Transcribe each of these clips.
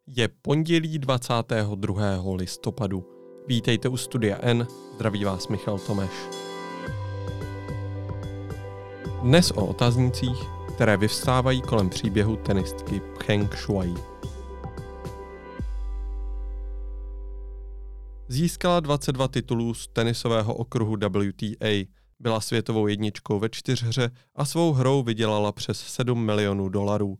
Je pondělí 22. listopadu. Vítejte u Studia N, zdraví vás Michal Tomeš. Dnes o otaznících, které vyvstávají kolem příběhu tenistky Pcheng Shuai. Získala 22 titulů z tenisového okruhu WTA, byla světovou jedničkou ve čtyřhře a svou hrou vydělala přes $7 milionů.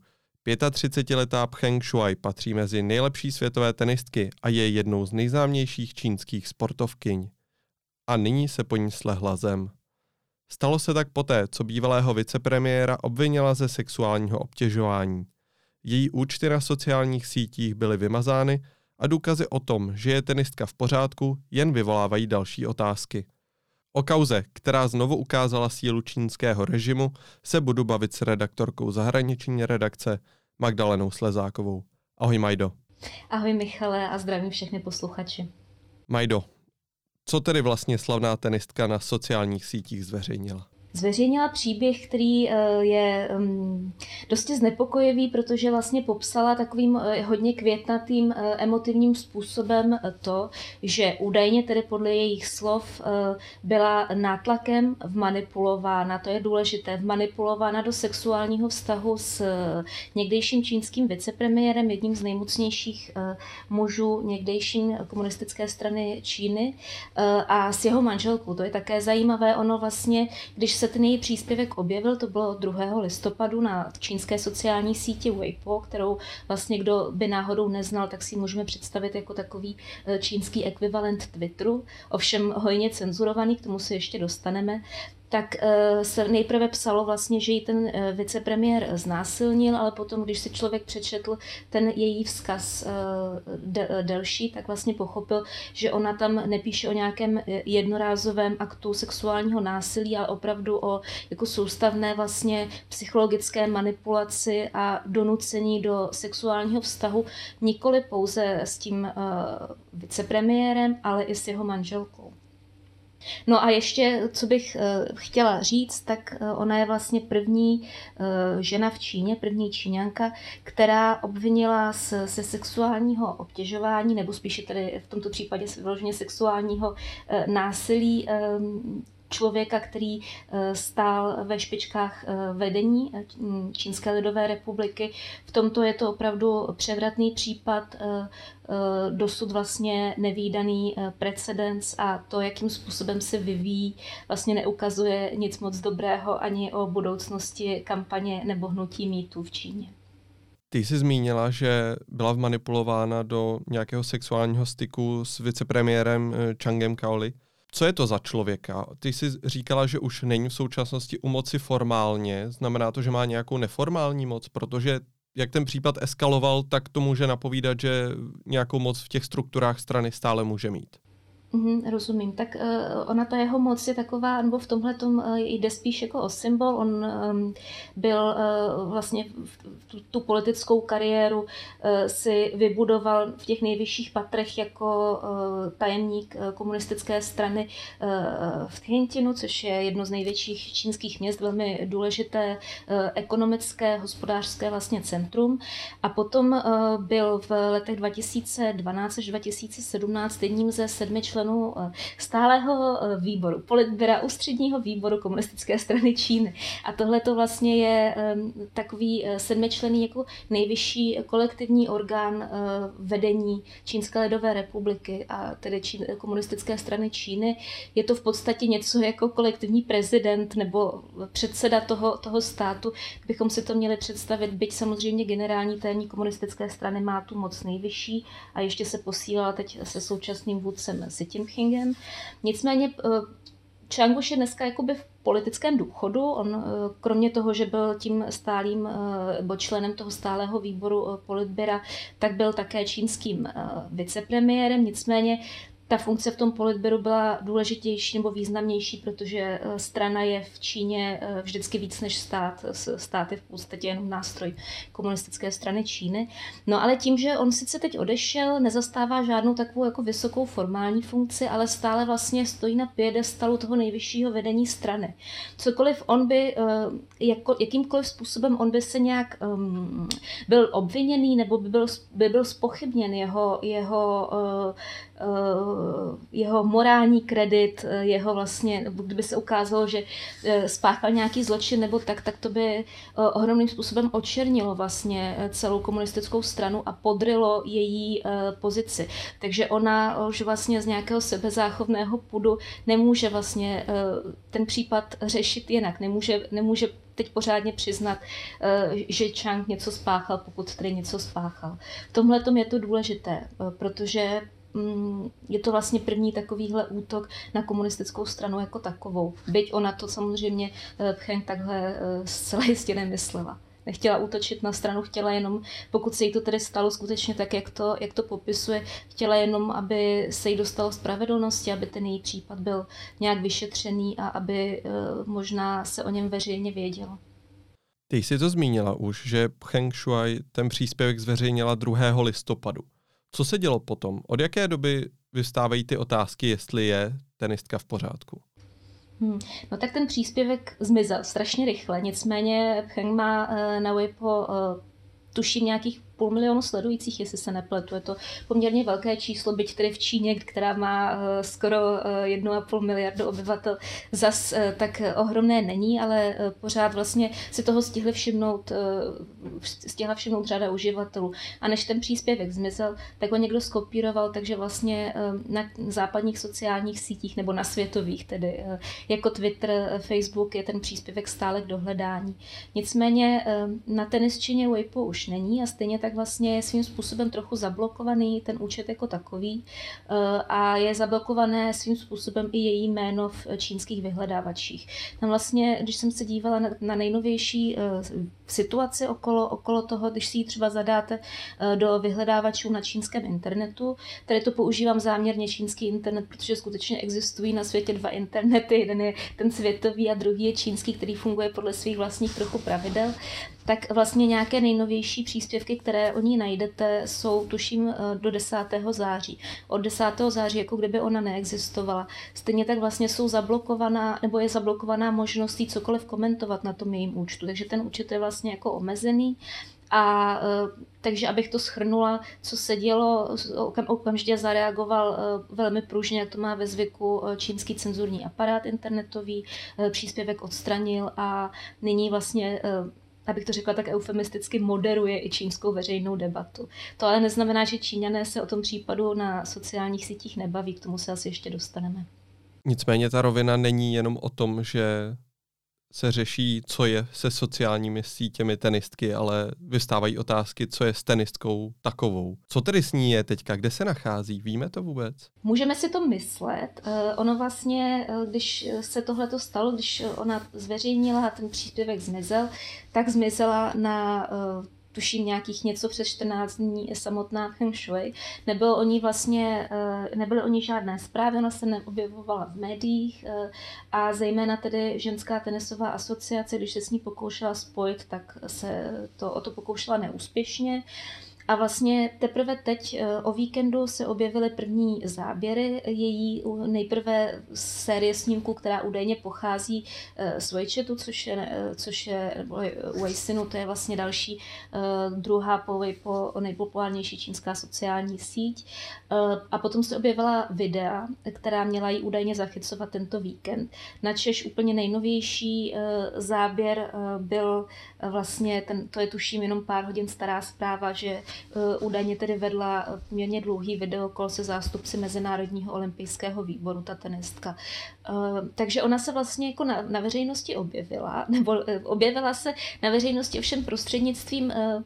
35letá Pcheng Shuai patří mezi nejlepší světové tenistky a je jednou z nejznámějších čínských sportovkyň. A nyní se po ní slehla zem. Stalo se tak poté, co bývalého vicepremiéra obvinila ze sexuálního obtěžování. Její účty na sociálních sítích byly vymazány a důkazy o tom, že je tenistka v pořádku, jen vyvolávají další otázky. O kauze, která znovu ukázala sílu čínského režimu, se budu bavit s redaktorkou zahraniční redakce Magdalenou Slezákovou. Ahoj Majdo. Ahoj Michale a zdravím všechny posluchači. Majdo, co tedy vlastně slavná tenistka na sociálních sítích zveřejnila? Zveřejnila příběh, který je dosti znepokojivý, protože vlastně popsala takovým hodně květnatým emotivním způsobem to, že údajně tedy podle jejich slov byla nátlakem vmanipulována, to je důležité, vmanipulována do sexuálního vztahu s někdejším čínským vicepremiérem, jedním z nejmocnějších mužů někdejší komunistické strany Číny a s jeho manželkou. To je také zajímavé, ono vlastně, když se ten její příspěvek objevil, to bylo 2. listopadu na čínské sociální síti Weibo, kterou vlastně kdo by náhodou neznal, tak si můžeme představit jako takový čínský ekvivalent Twitteru, ovšem hojně cenzurovaný, k tomu se ještě dostaneme. Tak se nejprve psalo vlastně, že ji ten vicepremiér znásilnil, ale potom, když si člověk přečetl ten její vzkaz delší, tak vlastně pochopil, že ona tam nepíše o nějakém jednorázovém aktu sexuálního násilí, ale opravdu o jako soustavné vlastně psychologické manipulaci a donucení do sexuálního vztahu nikoli pouze s tím vicepremiérem, ale i s jeho manželkou. No a ještě, co bych chtěla říct, tak ona je vlastně první žena v Číně, první Číňanka, která obvinila se sexuálního obtěžování, nebo spíše tedy v tomto případě vyloženě sexuálního násilí člověka, který stál ve špičkách vedení Čínské lidové republiky. V tomto je to opravdu převratný případ, dosud vlastně nevídaný precedens a to, jakým způsobem se vyvíjí, vlastně neukazuje nic moc dobrého ani o budoucnosti kampaně nebo hnutí mýtů v Číně. Ty jsi zmínila, že byla vmanipulována do nějakého sexuálního styku s vicepremiérem Changem Kaoli. Co je to za člověka? Ty jsi říkala, že už není v současnosti u moci formálně. Znamená to, že má nějakou neformální moc? Protože jak ten případ eskaloval, tak to může napovídat, že nějakou moc v těch strukturách strany stále může mít. Rozumím. Tak ona ta jeho moc je taková, nebo v tomhletom jde spíš jako o symbol. On byl vlastně tu politickou kariéru si vybudoval v těch nejvyšších patrech jako tajemník komunistické strany v Tianjinu, což je jedno z největších čínských měst, velmi důležité ekonomické, hospodářské vlastně centrum. A potom byl v letech 2012 až 2017 jedním ze 7 členů stálého výboru, politbyra ústředního výboru komunistické strany Číny. A tohle to vlastně je takový 7členný jako nejvyšší kolektivní orgán vedení Čínské lidové republiky a tedy komunistické strany Číny. Je to v podstatě něco jako kolektivní prezident nebo předseda toho státu, bychom si to měli představit, byť samozřejmě generální tajemník komunistické strany má tu moc nejvyšší a ještě se posílala teď se současným vůdcem Xi Jinpingem. Nicméně Chang už je dneska jakoby v politickém důchodu. On kromě toho, že byl tím stálým členem toho stálého výboru politbyra, tak byl také čínským vicepremiérem. Nicméně ta funkce v tom politbyru byla důležitější nebo významnější, protože strana je v Číně vždycky víc než stát. Stát je v podstatě jenom nástroj komunistické strany Číny. No ale tím, že on sice teď odešel, nezastává žádnou takovou jako vysokou formální funkci, ale stále vlastně stojí na piedestalu toho nejvyššího vedení strany. Cokoliv on by, jakýmkoliv způsobem on by se nějak byl obviněný nebo by byl zpochybněn jeho morální kredit, jeho vlastně, kdyby se ukázalo, že spáchal nějaký zločin nebo tak to by ohromným způsobem očernilo vlastně celou komunistickou stranu a podrylo její pozici. Takže ona už vlastně z nějakého sebezáchovného pudu nemůže vlastně ten případ řešit jinak. Nemůže teď pořádně přiznat, že Chang něco spáchal, pokud tedy něco spáchal. V tomhletom je to důležité, protože je to vlastně první takovýhle útok na komunistickou stranu jako takovou. Byť ona to samozřejmě Pcheng takhle zcela jistě nemyslela. Nechtěla útočit na stranu, chtěla jenom, pokud se jí to tedy stalo skutečně tak, jak to popisuje, chtěla jenom, aby se jí dostalo spravedlnosti, aby ten její případ byl nějak vyšetřený a aby možná se o něm veřejně vědělo. Ty jsi to zmínila už, že Pcheng Shuai ten příspěvek zveřejnila 2. listopadu. Co se dělo potom? Od jaké doby vystávají ty otázky, jestli je tenistka v pořádku? No tak ten příspěvek zmizel strašně rychle, nicméně Pcheng má na Weibo tuším nějakých 500 000 sledujících, jestli se nepletu. Je to poměrně velké číslo, byť tedy v Číně, která má skoro 1,5 miliardy obyvatel, zas tak ohromné není, ale pořád vlastně si toho stihla všimnout řada uživatelů. A než ten příspěvek zmizel, tak ho někdo skopíroval, takže vlastně na západních sociálních sítích, nebo na světových tedy, jako Twitter, Facebook, je ten příspěvek stále k dohledání. Nicméně na tenisčině Weibo už není a stejně tak vlastně je svým způsobem trochu zablokovaný ten účet jako takový a je zablokované svým způsobem i její jméno v čínských vyhledávačích. Tam vlastně, když jsem se dívala na nejnovější situaci okolo toho, když si ji třeba zadáte do vyhledávačů na čínském internetu, tady to používám záměrně čínský internet, protože skutečně existují na světě 2 internety, jeden je ten světový a druhý je čínský, který funguje podle svých vlastních trochu pravidel, tak vlastně nějaké nejnovější příspěvky, které o ní najdete, jsou tuším do 10. září. Od 10. září, jako kdyby ona neexistovala. Stejně tak vlastně jsou zablokovaná, nebo je zablokovaná možnost jí cokoliv komentovat na tom jejím účtu. Takže ten účet je vlastně jako omezený. A takže abych to shrnula, co se dělo, okamžitě zareagoval velmi pružně, jak to má ve zvyku čínský cenzurní aparát internetový, příspěvek odstranil a nyní vlastně, abych to řekla tak eufemisticky, moderuje i čínskou veřejnou debatu. To ale neznamená, že Číňané se o tom případu na sociálních sítích nebaví, k tomu se asi ještě dostaneme. Nicméně ta rovina není jenom o tom, že se řeší, co je se sociálními sítěmi tenistky, ale vystávají otázky, co je s tenistkou takovou. Co tedy s ní je teďka? Kde se nachází? Víme to vůbec? Můžeme si to myslet. Ono vlastně, když se tohleto stalo, když ona zveřejnila a ten příspěvek zmizel, tak zmizela na tuším nějakých něco přes 14 dní samotná Pcheng Shuai. Nebyly o ní žádné zprávy, ona se neobjevovala v médiích a zejména tedy Ženská tenisová asociace, když se s ní pokoušela spojit, tak se o to pokoušela neúspěšně. A vlastně teprve teď o víkendu se objevily první záběry její nejprve série snímků, která údajně pochází z Weichatu, což je Weixinu, to je vlastně další druhá po Weibo nejpopulárnější čínská sociální síť. A potom se objevila videa, která měla jí údajně zachycovat tento víkend. Načež úplně nejnovější záběr byl vlastně, to je tuším jenom pár hodin stará zpráva, že údajně tedy vedla poměrně dlouhý videokol se zástupci Mezinárodního olympijského výboru, ta tenistka. Takže ona se vlastně jako na veřejnosti objevila, nebo objevila se na veřejnosti ovšem prostřednictvím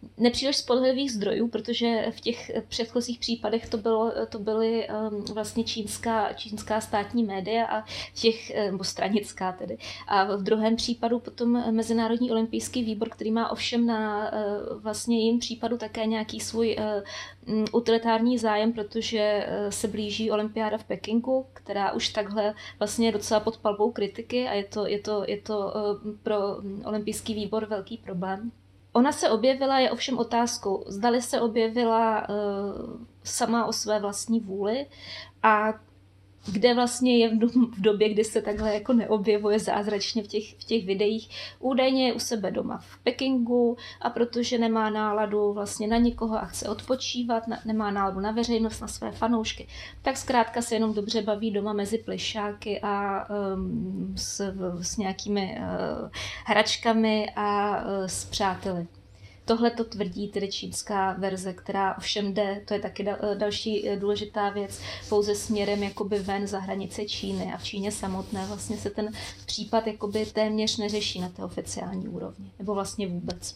nepříliš spolehlivých zdrojů, protože v těch předchozích případech to byly vlastně čínská státní média a nebo stranická tedy. A v druhém případu potom Mezinárodní olympijský výbor, který má ovšem na vlastně jejím případu také nějaký svůj utilitární zájem, protože se blíží olympiáda v Pekingu, která už takhle vlastně je docela pod palbou kritiky a je to pro olympijský výbor velký problém. Ona se objevila, je ovšem otázkou, zdali se objevila sama o své vlastní vůli a kde vlastně je v době, kdy se takhle jako neobjevuje zázračně v těch videích. Údajně je u sebe doma v Pekingu a protože nemá náladu vlastně na nikoho a chce odpočívat, nemá náladu na veřejnost, na své fanoušky, tak zkrátka se jenom dobře baví doma mezi plišáky a s nějakými hračkami a s přáteli. Tohle to tvrdí tedy čínská verze, která ovšem jde, to je taky další důležitá věc, pouze směrem jakoby ven za hranice Číny a v Číně samotné vlastně se ten případ jakoby téměř neřeší na té oficiální úrovni, nebo vlastně vůbec.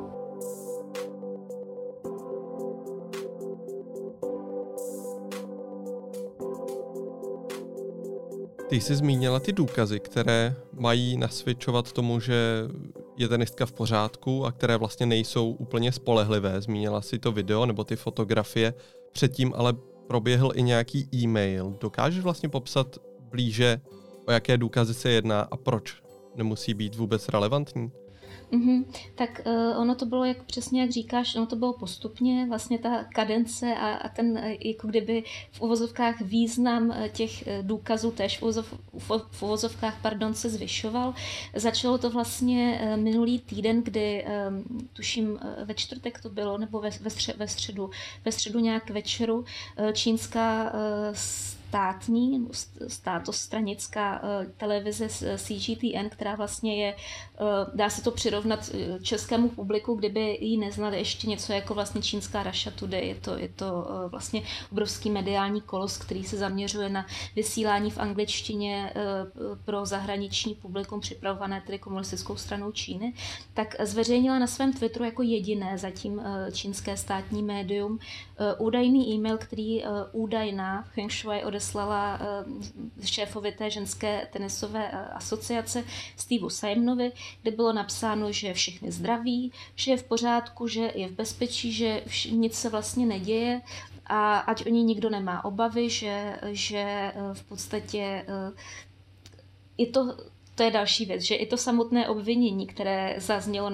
Ty jsi zmínila ty důkazy, které mají nasvědčovat tomu, že je tenistka v pořádku a které vlastně nejsou úplně spolehlivé. Zmínila si to video nebo ty fotografie. Předtím ale proběhl i nějaký e-mail. Dokážeš vlastně popsat blíže, o jaké důkazy se jedná a proč nemusí být vůbec relevantní? Tak ono to bylo, přesně jak říkáš, ono to bylo postupně, vlastně ta kadence a ten jako kdyby v uvozovkách význam těch důkazů též v uvozovkách se zvyšoval. Začalo to vlastně minulý týden, kdy tuším ve čtvrtek to bylo, nebo ve středu nějak k večeru čínská státosstranická televize CGTN, která vlastně je, dá se to přirovnat českému publiku, kdyby ji neznali ještě něco jako vlastně čínská Russia Today. Je to vlastně obrovský mediální kolos, který se zaměřuje na vysílání v angličtině pro zahraniční publikum připravované tedy komunistickou stranou Číny, tak zveřejnila na svém Twitteru jako jediné zatím čínské státní médium údajný e-mail, který údajná Feng Shui odeslala šéfovi té ženské tenisové asociace Steveu Simonovi, kde bylo napsáno, že všichni zdraví, že je v pořádku, že je v bezpečí, že nic se vlastně neděje a ať o ní nikdo nemá obavy, že v podstatě to je další věc, že i to samotné obvinění, které zaznělo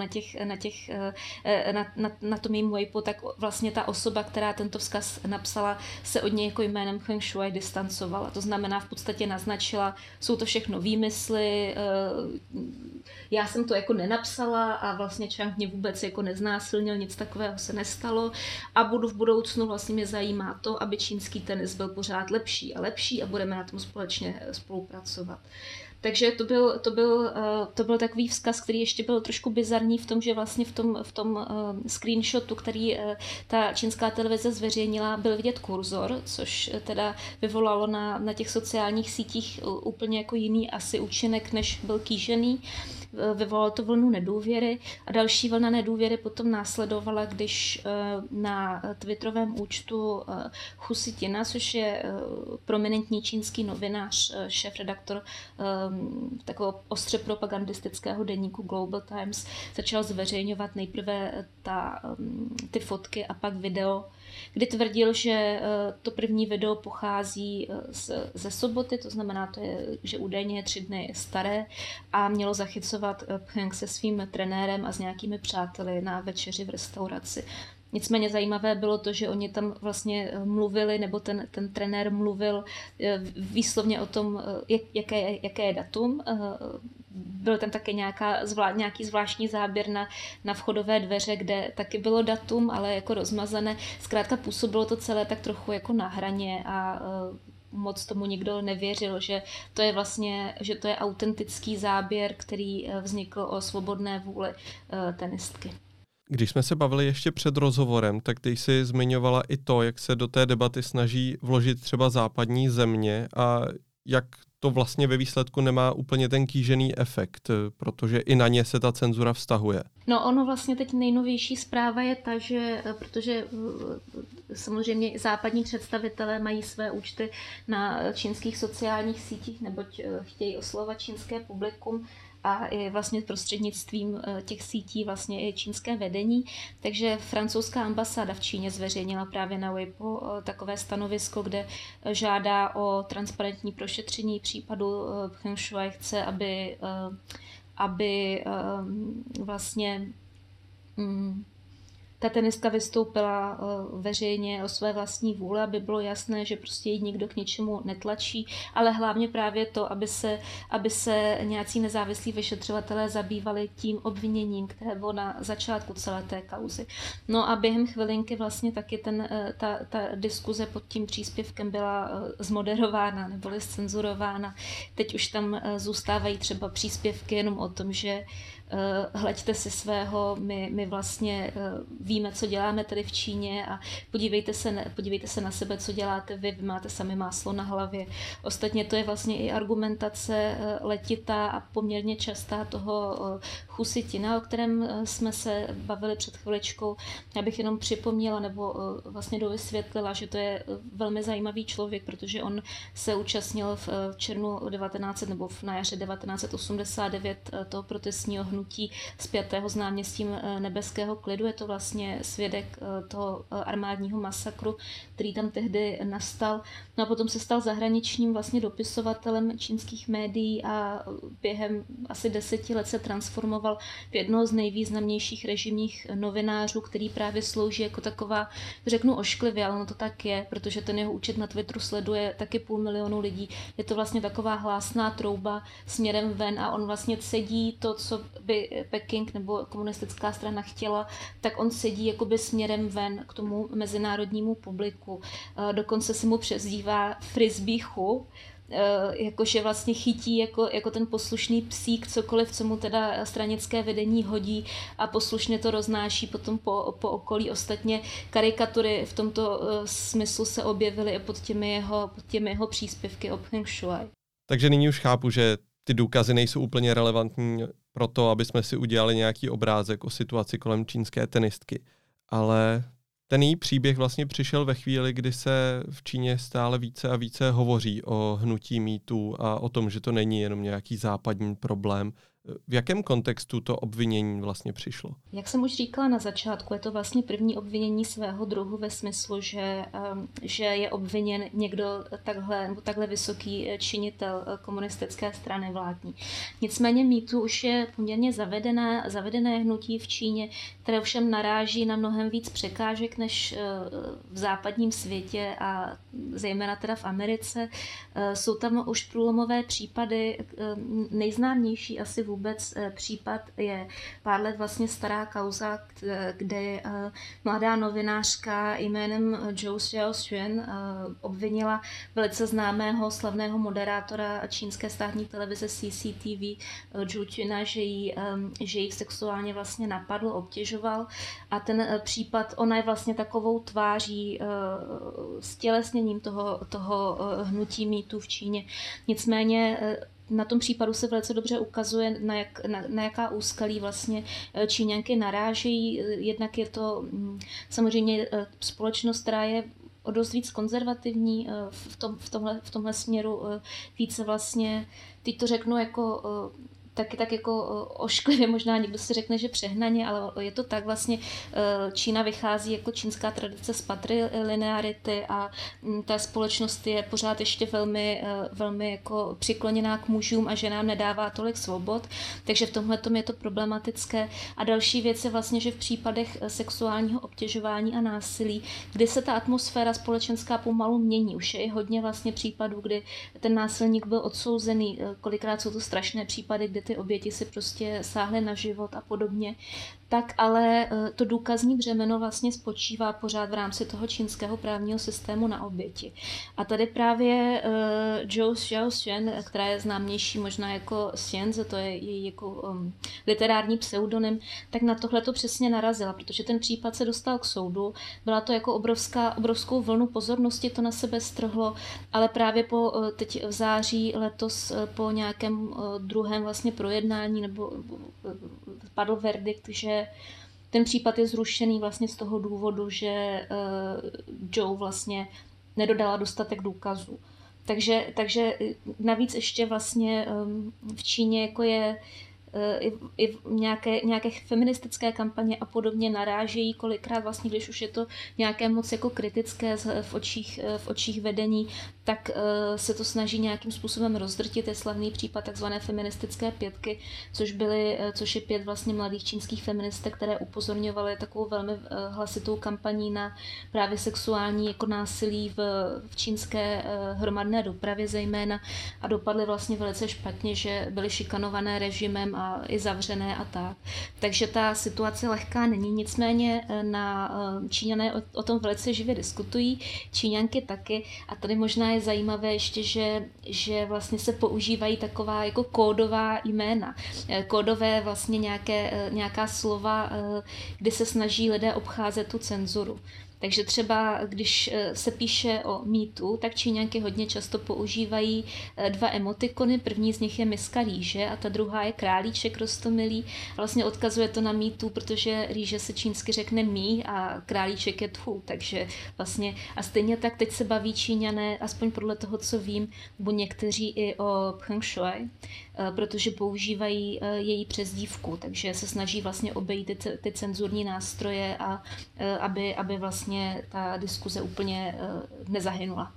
na tom jejím webku, tak vlastně ta osoba, která tento vzkaz napsala, se od něj jako jménem Feng Shui distancovala. To znamená, v podstatě naznačila, jsou to všechno výmysly, já jsem to jako nenapsala a vlastně Chang mě vůbec jako neznásilnil, nic takového se nestalo a budu v budoucnu, vlastně mě zajímá to, aby čínský tenis byl pořád lepší a lepší a budeme na tom společně spolupracovat. Takže to byl takový vzkaz, který ještě byl trošku bizarní v tom, že vlastně v tom screenshotu, který ta čínská televize zveřejnila, byl vidět kurzor, což teda vyvolalo na těch sociálních sítích úplně jako jiný asi účinek, než byl kýžený. Vyvolalo to vlnu nedůvěry a další vlna nedůvěry potom následovala, když na twitterovém účtu Hu Sitina, což je prominentní čínský novinář, šéfredaktor takového ostře propagandistického deníku Global Times, začal zveřejňovat nejprve ty fotky a pak video, kdy tvrdil, že to první video pochází ze soboty, to znamená, že údajně je 3 dny staré a mělo zachycovat Pcheng se svým trenérem a s nějakými přáteli na večeři v restauraci. Nicméně zajímavé bylo to, že oni tam vlastně mluvili, nebo ten trenér mluvil výslovně o tom, jaké je datum. Byl tam také nějaký zvláštní záběr na vchodové dveře, kde taky bylo datum, ale jako rozmazané. Zkrátka působilo to celé tak trochu jako na hraně a moc tomu nikdo nevěřil, že to je autentický záběr, který vznikl o svobodné vůli tenistky. Když jsme se bavili ještě před rozhovorem, tak ty jsi zmiňovala i to, jak se do té debaty snaží vložit třeba západní země a jak to vlastně ve výsledku nemá úplně ten kýžený efekt, protože i na ně se ta cenzura vztahuje. No ono vlastně teď nejnovější zpráva je ta, že protože samozřejmě západní představitelé mají své účty na čínských sociálních sítích, neboť chtějí oslovovat čínské publikum, a i vlastně prostřednictvím těch sítí vlastně i čínské vedení. Takže francouzská ambasáda v Číně zveřejnila právě na Weibo takové stanovisko, kde žádá o transparentní prošetření případu Peng Shuai, chce, aby vlastně ta tenistka vystoupila veřejně o své vlastní vůli, aby bylo jasné, že prostě ji nikdo k ničemu netlačí, ale hlavně právě to, aby se nějací nezávislí vyšetřovatelé zabývali tím obviněním, které bylo na začátku celé té kauzy. No a během chvilinky vlastně taky ta diskuze pod tím příspěvkem byla zmoderována neboli zcenzurována. Teď už tam zůstávají třeba příspěvky jenom o tom, že hleďte si svého, my vlastně víme, co děláme tady v Číně a podívejte se na sebe, co děláte vy máte sami máslo na hlavě. Ostatně to je vlastně i argumentace letitá a poměrně častá toho Hu Sitina, o kterém jsme se bavili před chviličkou. Já bych jenom připomněla nebo vlastně dovysvětlila, že to je velmi zajímavý člověk, protože on se účastnil v červnu 19 nebo na jaře 1989 toho protestního hnutí spjatého s náměstím Nebeského klidu. Je to vlastně svědek toho armádního masakru, který tam tehdy nastal. No a potom se stal zahraničním vlastně dopisovatelem čínských médií a během asi 10 let se transformoval v jednoho z nejvýznamnějších režimních novinářů, který právě slouží jako taková, řeknu ošklivě, ale ono to tak je, protože ten jeho účet na Twitteru sleduje taky 500 000 lidí. Je to vlastně taková hlásná trouba směrem ven a on vlastně cedí to, co by Peking nebo komunistická strana chtěla, tak on sedí jakoby směrem ven k tomu mezinárodnímu publiku. Dokonce se mu přezdívá Frisbee Hu, jakože vlastně chytí jako ten poslušný psík cokoliv, co mu teda stranické vedení hodí a poslušně to roznáší potom po okolí. Ostatně karikatury v tomto smyslu se objevily pod těmi jeho příspěvky o Peng Shuai. Takže nyní už chápu, že ty důkazy nejsou úplně relevantní pro to, aby jsme si udělali nějaký obrázek o situaci kolem čínské tenistky. Ale ten její příběh vlastně přišel ve chvíli, kdy se v Číně stále více a více hovoří o hnutí mýtů a o tom, že to není jenom nějaký západní problém. V jakém kontextu to obvinění vlastně přišlo? Jak jsem už říkala na začátku, je to vlastně první obvinění svého druhu ve smyslu, že je obviněn někdo takhle vysoký činitel komunistické strany vládní. Nicméně mýtu už je poměrně zavedené hnutí v Číně, které ovšem naráží na mnohem víc překážek než v západním světě a zejména teda v Americe. Jsou tam už průlomové případy, nejznámější asi vůbec případ je pár let vlastně stará kauza, kde mladá novinářka jménem Zhou Xiaoxuan obvinila velice známého slavného moderátora čínské státní televize CCTV Zhu Qina, že ji sexuálně vlastně napadl, obtěžoval a ten případ, ona je vlastně takovou tváří stělesněním toho hnutí mýtu v Číně. Nicméně na tom případu se velice dobře ukazuje, na jaká úskalí vlastně Číňanky narážejí. Jednak je to samozřejmě společnost, která je o dost víc konzervativní v tomhle směru, více vlastně, teď to řeknu jako taky tak jako ošklivě, možná někdo si řekne, že přehnaně, ale je to tak vlastně, Čína vychází jako čínská tradice z patrilinearity a ta společnost je pořád ještě velmi jako přikloněná k mužům a ženám nedává tolik svobod, takže v tomhletom je to problematické. A další věc je vlastně, že v případech sexuálního obtěžování a násilí, kdy se ta atmosféra společenská pomalu mění, už je i hodně vlastně případů, kdy ten násilník byl odsouzený, kolikrát jsou to strašné případy, kdy ty oběti si prostě sáhly na život a podobně, tak ale to důkazní břemeno vlastně spočívá pořád v rámci toho čínského právního systému na oběti. A tady právě Zhou Xiaoxuan, která je známější možná jako Xianze, to je její jako literární pseudonym, tak na tohle to přesně narazila, protože ten případ se dostal k soudu, byla to jako obrovskou vlnu pozornosti, to na sebe strhlo, ale právě teď v září letos po nějakém druhém vlastně projednání nebo padl verdikt, že ten případ je zrušený vlastně z toho důvodu, že Zhou vlastně nedodala dostatek důkazů. Takže navíc ještě vlastně v Číně jako je i nějaké feministické kampaně a podobně narážejí kolikrát vlastně, když už je to nějaké moc jako kritické v očích vedení, tak se to snaží nějakým způsobem rozdrtit. Je slavný případ takzvané feministické pětky, což je 5 vlastně mladých čínských feministek, které upozorňovaly takovou velmi hlasitou kampaní na právě sexuální jako násilí v čínské hromadné dopravě zejména a dopadly vlastně velice špatně, že byly šikanované režimem a i zavřené a tak. Takže ta situace lehká není, nicméně Číňané o tom velice živě diskutují, Číňanky taky a tady možná je zajímavé ještě, že vlastně se používají taková jako kódová jména. Kódové vlastně nějaká slova, kdy se snaží lidé obcházet tu cenzuru. Takže třeba, když se píše o mýtu, tak Číňanky hodně často používají 2 emotikony. První z nich je miska rýže a ta druhá je králíček roztomilý. Vlastně odkazuje to na mýtu, protože rýže se čínsky řekne mí a králíček je tfu. Takže vlastně a stejně tak teď se baví Číňané, aspoň podle toho, co vím, nebo někteří i o Peng Shuai, protože používají její přezdívku, takže se snaží vlastně obejít ty cenzurní nástroje a aby vlastně ta diskuze úplně nezahynula.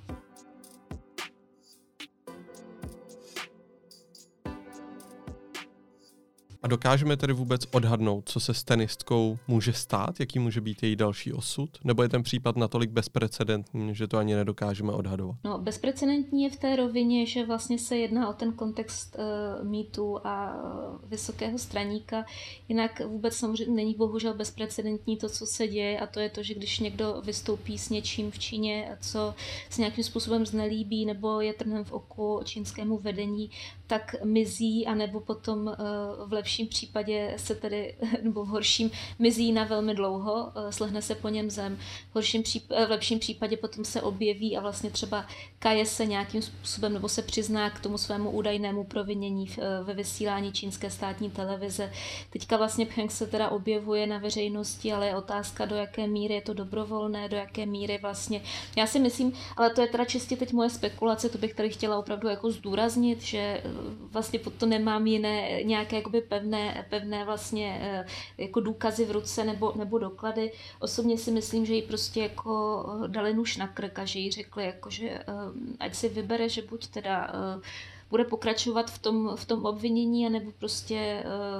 A dokážeme tedy vůbec odhadnout, co se s tenistkou může stát, jaký může být její další osud? Nebo je ten případ natolik bezprecedentní, že to ani nedokážeme odhadovat? No, bezprecedentní je v té rovině, že vlastně se jedná o ten kontext mýtu a vysokého straníka. Jinak vůbec samozřejmě není bohužel bezprecedentní to, co se děje, a to je to, že když někdo vystoupí s něčím v Číně, co se nějakým způsobem znelíbí nebo je trnem v oku čínskému vedení, tak mizí, anebo potom v lepším případě se tedy, nebo v horším, mizí na velmi dlouho, slehne se po něm zem. V lepším případě potom se objeví a vlastně třeba kaje se nějakým způsobem nebo se přizná k tomu svému údajnému provinění ve vysílání čínské státní televize. Teďka vlastně Pcheng se teda objevuje na veřejnosti, ale je otázka, do jaké míry je to dobrovolné, do jaké míry vlastně. Já si myslím, ale to je teda čistě teď moje spekulace, to bych tady chtěla opravdu jako zdůraznit, že vlastně pod to nemám jiné nějaké jakoby pevné vlastně jako důkazy v ruce nebo doklady. Osobně si myslím, že jí prostě jako dali nůž na krk a že jí řekli, jako, že ať si vybere, že buď teda bude pokračovat v tom obvinění, anebo prostě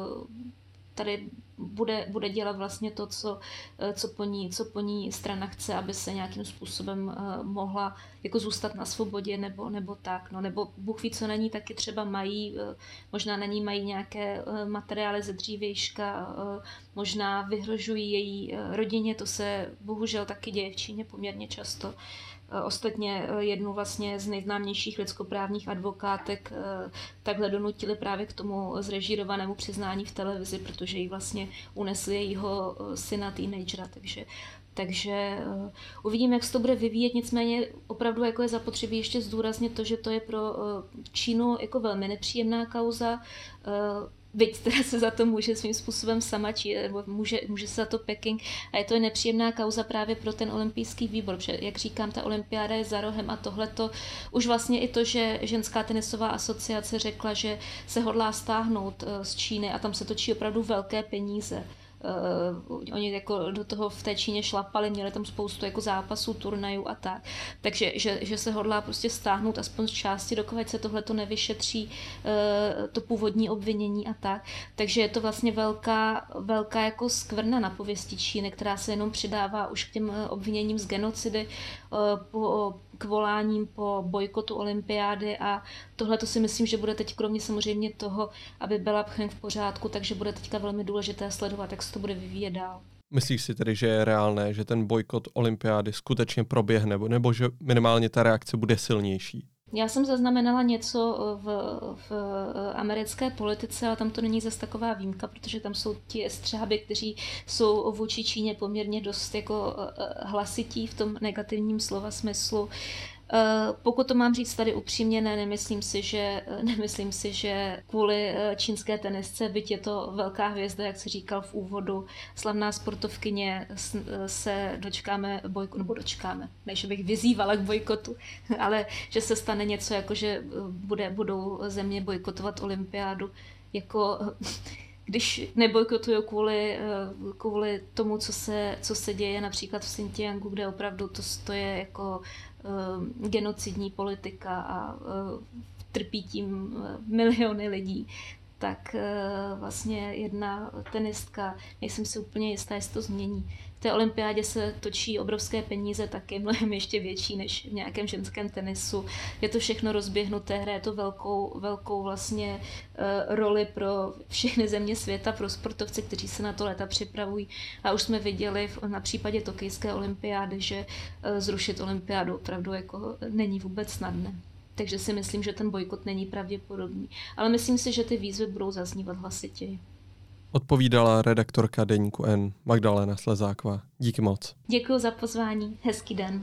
tady bude dělat vlastně to, co po ní strana chce, aby se nějakým způsobem mohla jako zůstat na svobodě nebo tak. No, nebo Bůh ví, co na ní taky třeba mají, možná na ní mají nějaké materiály ze dřívějška, možná vyhrožují její rodině, to se bohužel taky děje v Číně poměrně často. Ostatně jednu vlastně z nejznámějších lidskoprávních advokátek takhle donutili právě k tomu zrežírovanému přiznání v televizi, protože jí vlastně unesli jejího syna teenagera, takže uvidíme, jak se to bude vyvíjet, nicméně opravdu jako je zapotřebí ještě zdůraznit to, že to je pro Čínu jako velmi nepříjemná kauza, byť teda se za to může svým způsobem sama, nebo může se za to Peking a je to nepříjemná kauza právě pro ten olympijský výbor, protože jak říkám, ta olympiáda je za rohem a tohleto už vlastně i to, že ženská tenisová asociace řekla, že se hodlá stáhnout z Číny a tam se točí opravdu velké peníze. Oni jako do toho v té Číně šlapali, měli tam spoustu jako zápasů, turnajů a tak. Takže že se hodlá prostě stáhnout aspoň z části, dokud se tohleto nevyšetří, to původní obvinění a tak. Takže je to vlastně velká jako skvrna na pověsti Číny, která se jenom přidává už k těm obviněním z genocidy k voláním po bojkotu olympiády a tohle to si myslím, že bude teď kromě samozřejmě toho, aby byla Pcheng v pořádku, takže bude teďka velmi důležité sledovat, jak se to bude vyvíjet dál. Myslíš si tedy, že je reálné, že ten bojkot olympiády skutečně proběhne, nebo že minimálně ta reakce bude silnější? Já jsem zaznamenala něco v americké politice, ale tam to není zase taková výjimka, protože tam jsou ti estřáby, kteří jsou vůči Číně poměrně dost jako hlasití v tom negativním slova smyslu. Pokud to mám říct tady upřímně, nemyslím si, že kvůli čínské tenisce, byť je to velká hvězda, jak se říkal v úvodu, slavná sportovkyně, se dočkáme, než bych vyzývala k bojkotu, ale že se stane něco jako, že budou země bojkotovat olympiádu, jako když nebojkotují kvůli tomu, co se děje například v Xinjiangu, kde opravdu to je jako genocidní politika a trpí tím miliony lidí, tak vlastně jedna tenistka, nejsem si úplně jistá, jestli to změní. V té olympiádě se točí obrovské peníze, taky mnohem ještě větší než v nějakém ženském tenisu. Je to všechno rozběhnuté, hraje to velkou vlastně roli pro všechny země světa, pro sportovce, kteří se na to léta připravují. A už jsme viděli na případě tokijské olympiády, že zrušit olympiádu opravdu jako není vůbec snadné. Takže si myslím, že ten bojkot není pravděpodobný. Ale myslím si, že ty výzvy budou zaznívat hlasitěji. Odpovídala redaktorka Deníku N. Magdalena Slezáková. Díky moc. Děkuji za pozvání. Hezký den.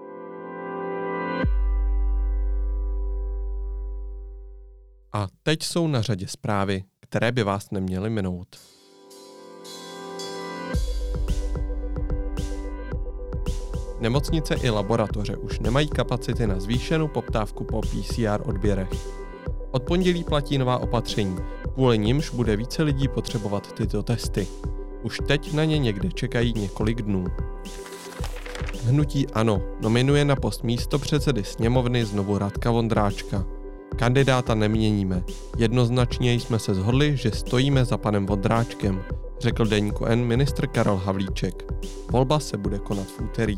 A teď jsou na řadě zprávy, které by vás neměly minout. Nemocnice i laboratoře už nemají kapacity na zvýšenou poptávku po PCR odběrech. Od pondělí platí nová opatření, kvůli nimž bude více lidí potřebovat tyto testy. Už teď na ně někde čekají několik dnů. Hnutí ANO nominuje na post místopředsedy sněmovny znovu Radka Vondráčka. Kandidáta neměníme. Jednoznačně jsme se shodli, že stojíme za panem Vondráčkem, řekl Deníku N ministr Karel Havlíček. Volba se bude konat v úterý.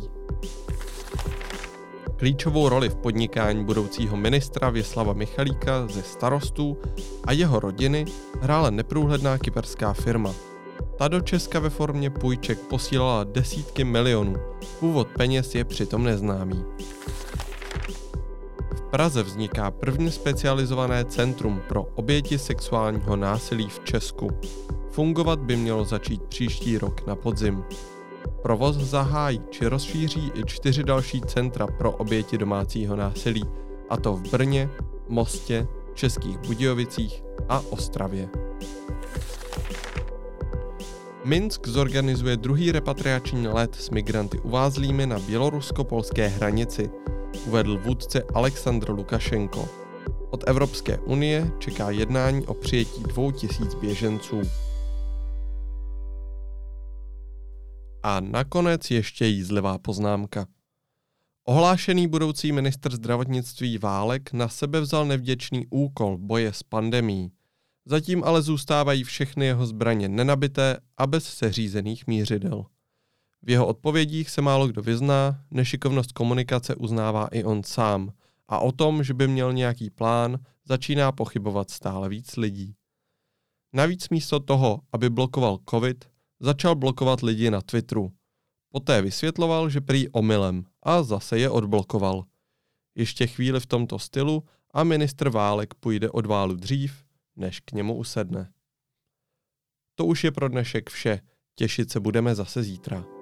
Klíčovou roli v podnikání budoucího ministra Věslava Michalíka ze Starostů a jeho rodiny hrála neprůhledná kyperská firma. Ta do Česka ve formě půjček posílala desítky milionů, původ peněz je přitom neznámý. V Praze vzniká první specializované centrum pro oběti sexuálního násilí v Česku. Fungovat by mělo začít příští rok na podzim. Provoz zahájí či rozšíří i 4 další centra pro oběti domácího násilí, a to v Brně, Mostě, Českých Budějovicích a Ostravě. Minsk zorganizuje druhý repatriační let s migranty uvázlými na bělorusko-polské hranici, uvedl vůdce Alexandr Lukašenko. Od Evropské unie čeká jednání o přijetí 2000 běženců. A nakonec ještě jízlivá poznámka. Ohlášený budoucí ministr zdravotnictví Válek na sebe vzal nevděčný úkol boje s pandemií. Zatím ale zůstávají všechny jeho zbraně nenabité a bez seřízených mířidel. V jeho odpovědích se málo kdo vyzná, nešikovnost komunikace uznává i on sám a o tom, že by měl nějaký plán, začíná pochybovat stále víc lidí. Navíc místo toho, aby blokoval covid, začal blokovat lidi na Twitteru. Poté vysvětloval, že prý omylem a zase je odblokoval. Ještě chvíli v tomto stylu a ministr Válek půjde od válu dřív, než k němu usedne. To už je pro dnešek vše, těšit se budeme zase zítra.